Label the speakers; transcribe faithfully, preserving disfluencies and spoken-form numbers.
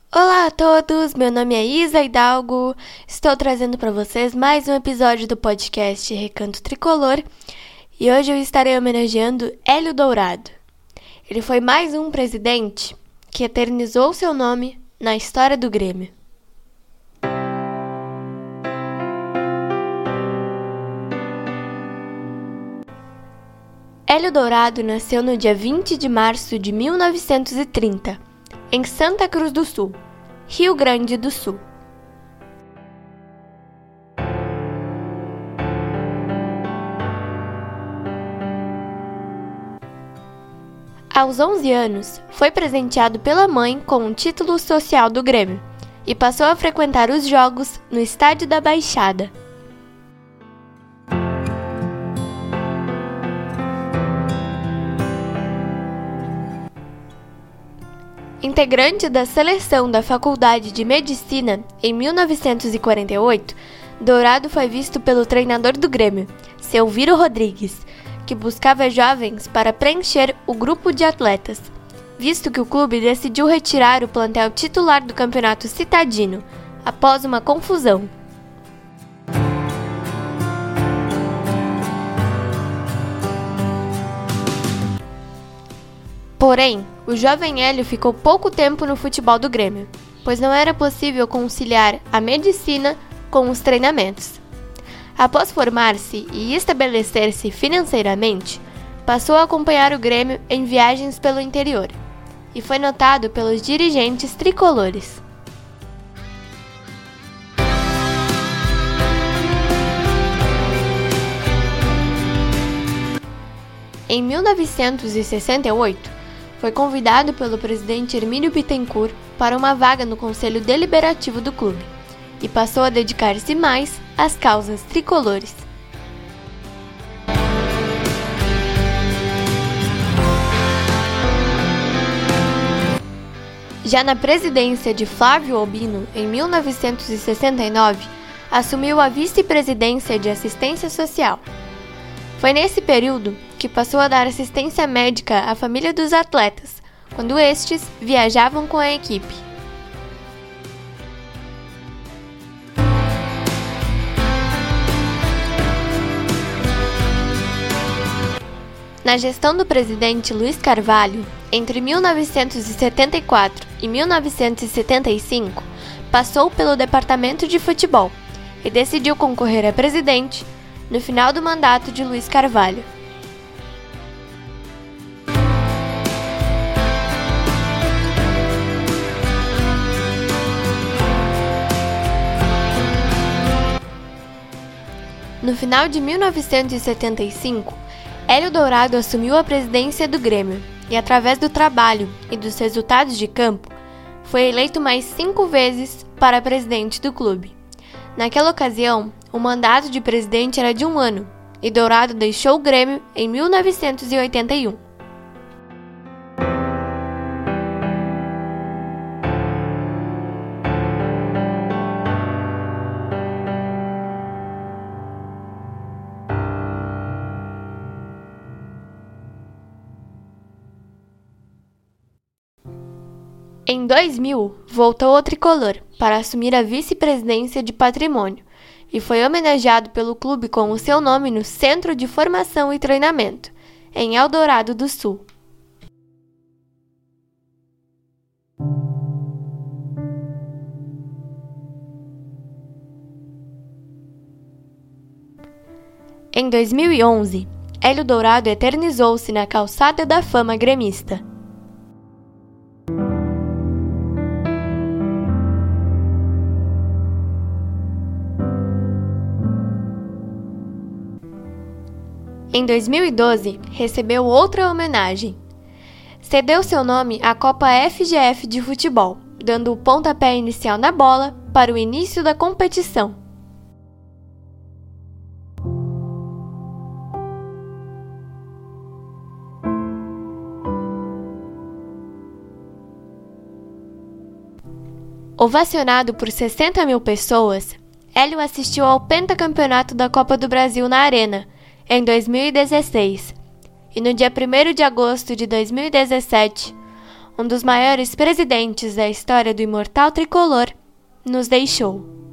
Speaker 1: Olá a todos, meu nome é Isa Hidalgo, estou trazendo para vocês mais um episódio do podcast Recanto Tricolor e hoje eu estarei homenageando Hélio Dourado. Ele foi mais um presidente que eternizou seu nome na história do Grêmio. Hélio Dourado nasceu no dia vinte de março de mil novecentos e trinta, em Santa Cruz do Sul, Rio Grande do Sul. Aos onze anos, foi presenteado pela mãe com um título social do Grêmio e passou a frequentar os jogos no Estádio da Baixada. Integrante da seleção da Faculdade de Medicina em mil novecentos e quarenta e oito, Dourado foi visto pelo treinador do Grêmio, seu Viro Rodrigues, que buscava jovens para preencher o grupo de atletas, visto que o clube decidiu retirar o plantel titular do campeonato citadino, após uma confusão. Porém, o jovem Hélio ficou pouco tempo no futebol do Grêmio, pois não era possível conciliar a medicina com os treinamentos. Após formar-se e estabelecer-se financeiramente, passou a acompanhar o Grêmio em viagens pelo interior, e foi notado pelos dirigentes tricolores. Em mil novecentos e sessenta e oito, foi convidado pelo presidente Hermínio Bittencourt para uma vaga no Conselho Deliberativo do clube e passou a dedicar-se mais às causas tricolores. Já na presidência de Flávio Albino, em mil novecentos e sessenta e nove, assumiu a vice-presidência de assistência social. Foi nesse período que passou a dar assistência médica à família dos atletas, quando estes viajavam com a equipe. Na gestão do presidente Luiz Carvalho, entre mil novecentos e setenta e quatro e mil novecentos e setenta e cinco, passou pelo departamento de futebol e decidiu concorrer a presidente no final do mandato de Luiz Carvalho. No final de mil novecentos e setenta e cinco, Hélio Dourado assumiu a presidência do Grêmio e, através do trabalho e dos resultados de campo, foi eleito mais cinco vezes para presidente do clube. Naquela ocasião, o mandato de presidente era de um ano e Dourado deixou o Grêmio em mil novecentos e oitenta e um. Em dois mil, voltou ao tricolor para assumir a vice-presidência de patrimônio e foi homenageado pelo clube com o seu nome no Centro de Formação e Treinamento, em Eldorado do Sul. Em dois mil e onze, Hélio Dourado eternizou-se na Calçada da Fama gremista. Em dois mil e doze, recebeu outra homenagem. Cedeu seu nome à Copa F G F de futebol, dando o pontapé inicial na bola para o início da competição. Ovacionado por sessenta mil pessoas, Hélio assistiu ao pentacampeonato da Copa do Brasil na Arena, em dois mil e dezesseis, e no dia primeiro de agosto de dois mil e dezessete, um dos maiores presidentes da história do imortal tricolor, nos deixou.